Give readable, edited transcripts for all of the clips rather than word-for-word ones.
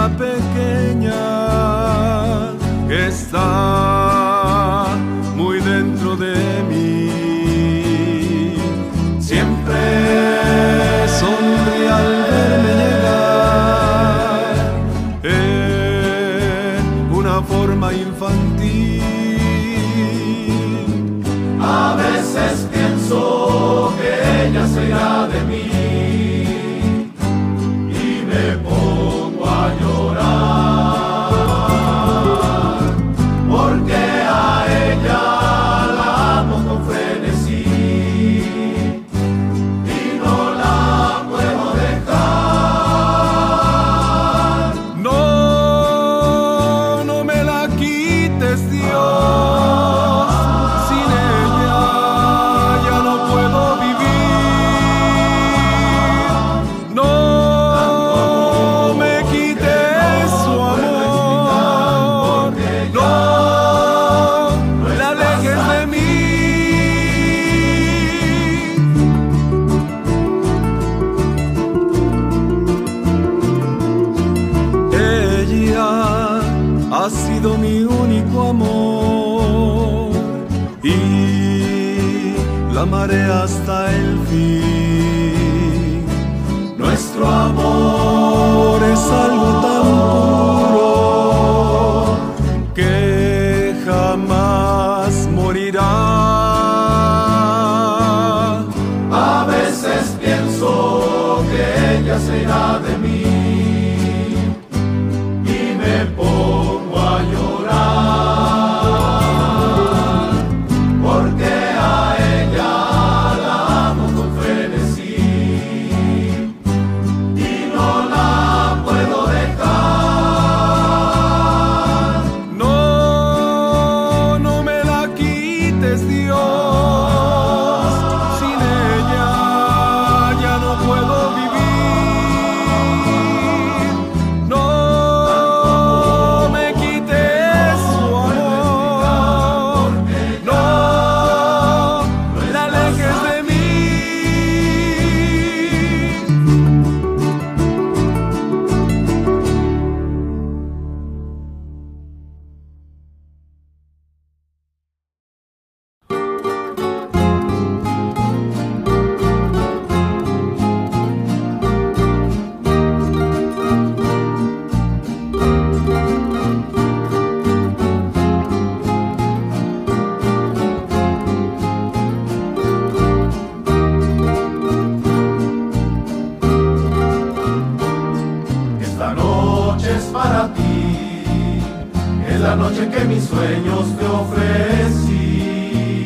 vida pequeña que está muy dentro de mí. Siempre sonríe al verme llegar en una forma infantil. A veces pienso que ella se irá de mí y me pongo a llorar, porque a ella la amo con frenesí y no la puedo dejar. No, no me la quites, Dios. Sin ella ya no puedo vivir. No me quites su amor. No la alejes de mí. Ella ha sido mi único amor y la amaré hasta el fin. Nuestro amor es algo tan puro que jamás morirá. A veces pienso que ella se irá de mí y me pongo a llorar, porque a ella la amo con frenesí y no la puedo dejar. No, no me la quites, Dios. Sin ella ya no puedo vivir. No me quites su amor. No la alejes de mí. Esta noche es para ti, es la noche que mis sueños te ofrecí.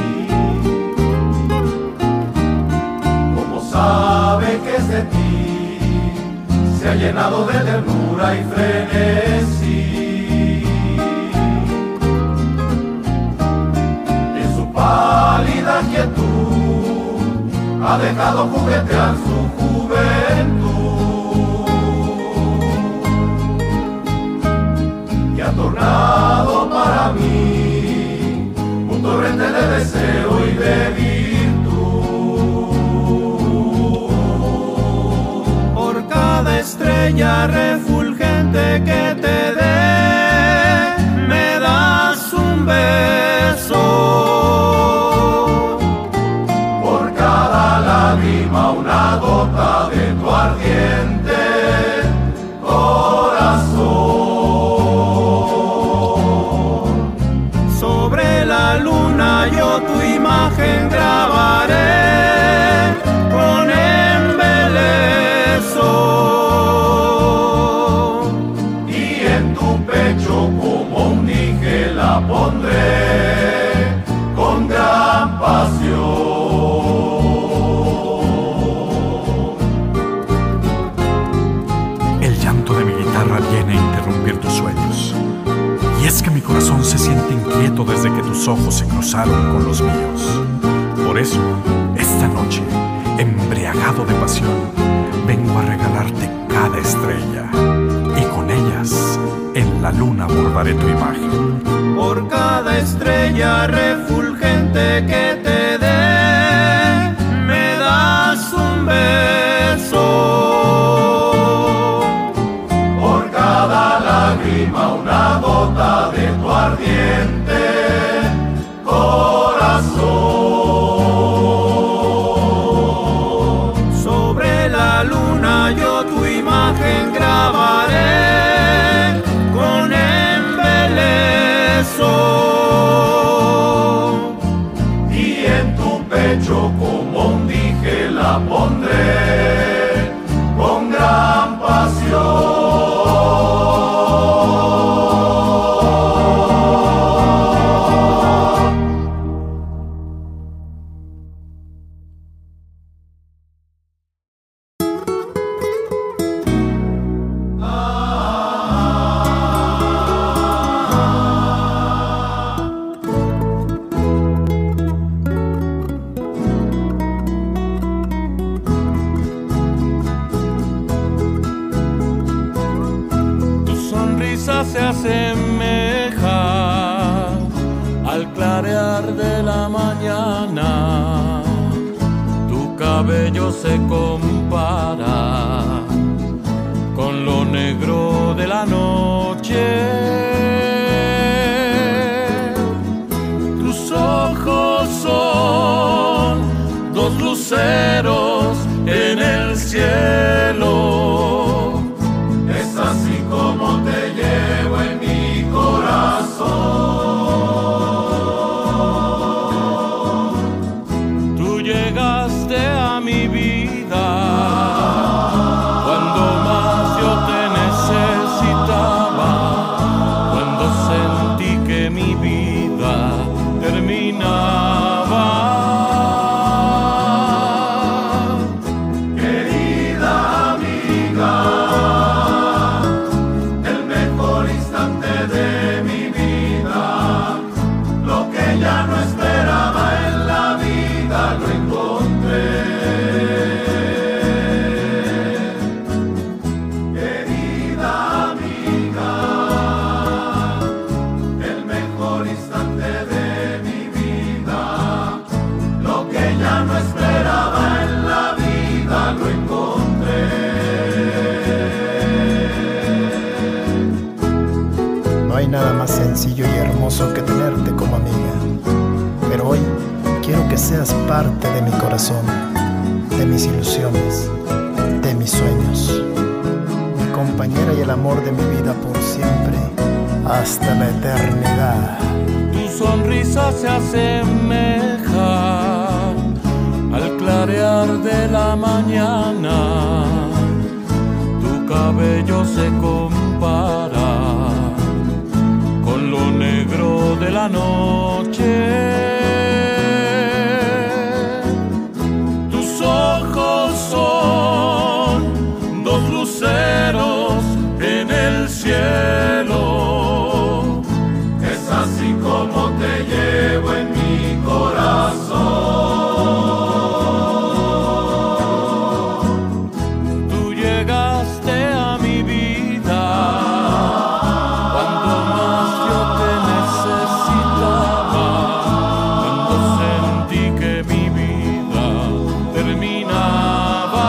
Como sabe que es de ti, se ha llenado de ternura y frenesí. En su pálida quietud ha dejado juguetear su juventud y ha tornado para mí un torrente de deseo y de virtud. Por cada estrella refulgente que te dé, me das un beso. Por cada lágrima una gota de tu ardiente corazón. Sobre la luna yo tu imagen grabaré con embeleso. Y en tu pecho como un dije la pondré con gran pasión. El llanto de mi guitarra viene a interrumpir tus sueños. Y es que mi corazón se siente inquieto desde que tus ojos se cruzaron con los míos. Por eso, esta noche, embriagado de pasión, vengo a regalarte cada estrella. Y con ellas, en la luna bordaré tu imagen. Por cada estrella refulgente que te dé, me das un beso. Por cada lágrima, una gota de tu ardiente corazón. Sobre la luna yo tu imagen grabaré con embeleso, y en tu pecho como un dije la pondré con gran pasión. Se asemeja al clarear de la mañana, tu cabello se compara con lo negro de la noche, tus ojos son dos luceros en el cielo. Es así como te llevo en mi corazón. Tú llegaste a mi vida cuando más yo te necesitaba, cuando sentí que mi vida terminaba. Querida amiga, ya no esperaba en la vida lo encontré. Querida amiga, el mejor instante de mi vida, lo que ya no esperaba en la vida lo encontré. No hay nada más sencillo y hermoso que tenerte como amiga. Pero hoy quiero que seas parte de mi corazón, de mis ilusiones, de mis sueños, mi compañera y el amor de mi vida por siempre, hasta la eternidad. Tu sonrisa se asemeja al clarear de la mañana, tu cabello se compara con lo negro de la noche. En el cielo, es así como te llevo en mi corazón. Tú llegaste a mi vida cuando más yo te necesitaba, cuando sentí que mi vida terminaba.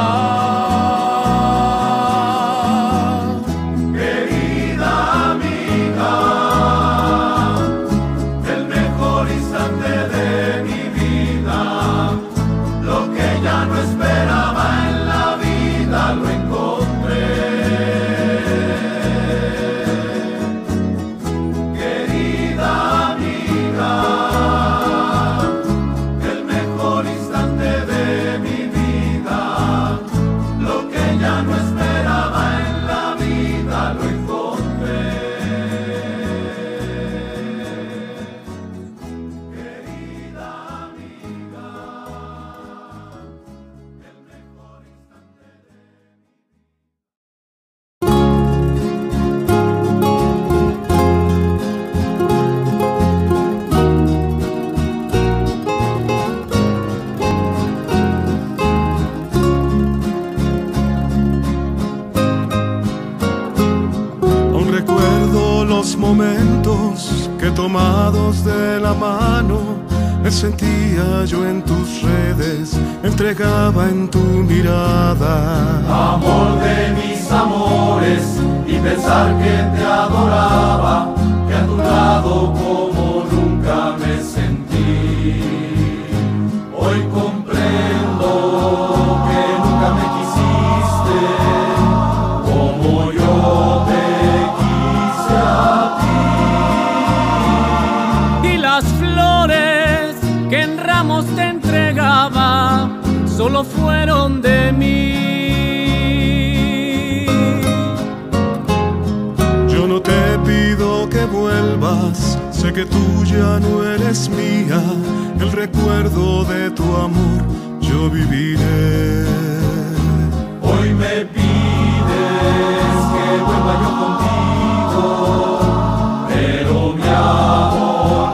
los momentos que tomados de la mano me sentía yo en tus redes, me entregaba en tu mirada. Amor de mis amores, y pensar que te adoraba fueron de mí. Yo no te pido que vuelvas, sé que tú ya no eres mía. El recuerdo de tu amor yo viviré. Hoy me pides que vuelva yo contigo, pero mi amor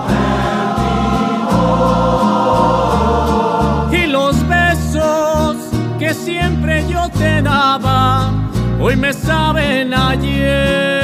terminó. Y los besos que siempre yo te daba, hoy me saben ayer.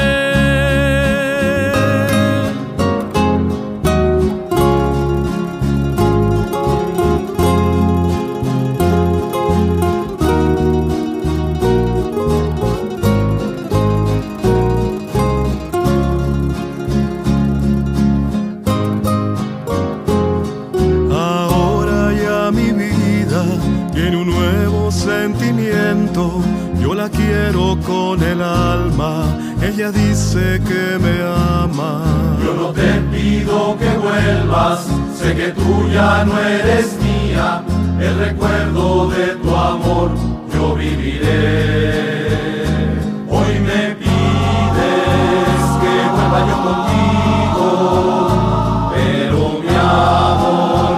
Tiene un nuevo sentimiento, yo la quiero con el alma, ella dice que me ama. Yo no te pido que vuelvas, sé que tú ya no eres mía, el recuerdo de tu amor yo viviré. Hoy me pides que vuelva yo contigo, pero mi amor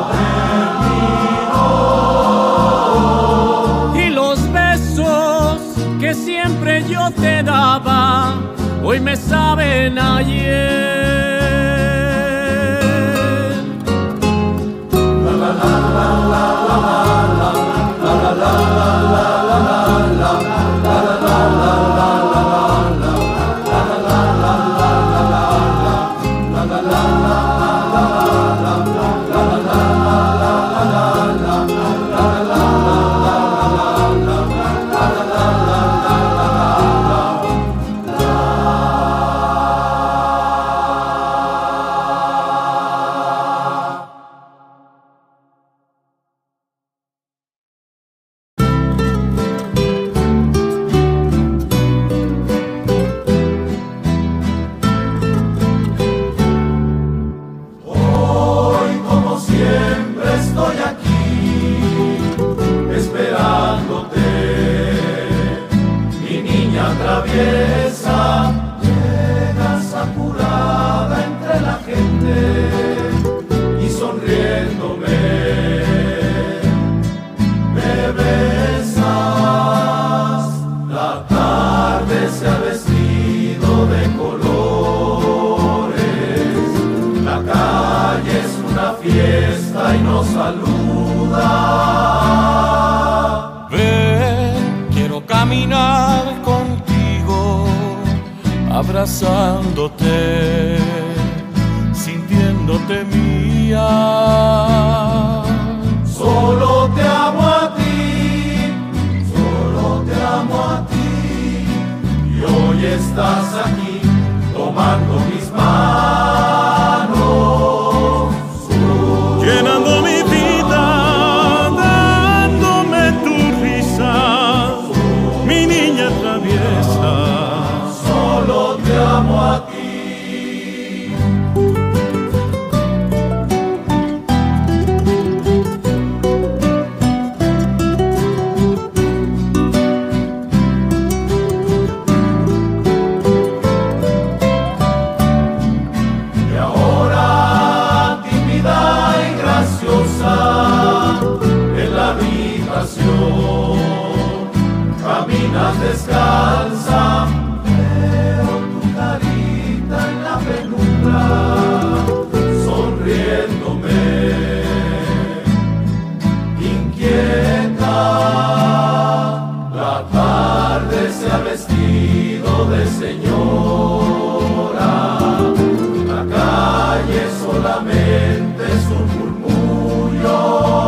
que siempre yo te daba, hoy me saben ayer. La la la la la la la la la llegas apurada entre la gente y sonriéndome me besas. La tarde se ha vestido de colores, la calle es una fiesta y nos saluda. Ven, quiero caminar abrazándote, sintiéndote mía. Solo te amo a ti, solo te amo a ti. Y hoy estás aquí tomando mis manos, llenando mi vida, dándome tu risa, mi niña traviesa. Solo te amo a ti. Y ahora, tímida y graciosa, en la habitación, caminas descalza. Sonriéndome, inquieta, la tarde se ha vestido de señora, la calle solamente es un murmullo.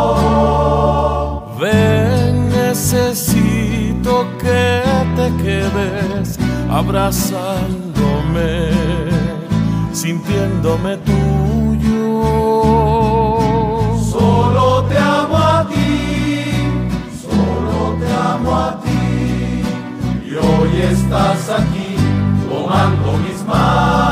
Ven, necesito que te quedes abrazándome, sintiéndome tuyo. Solo te amo a ti, solo te amo a ti. Y hoy estás aquí tomando mis manos.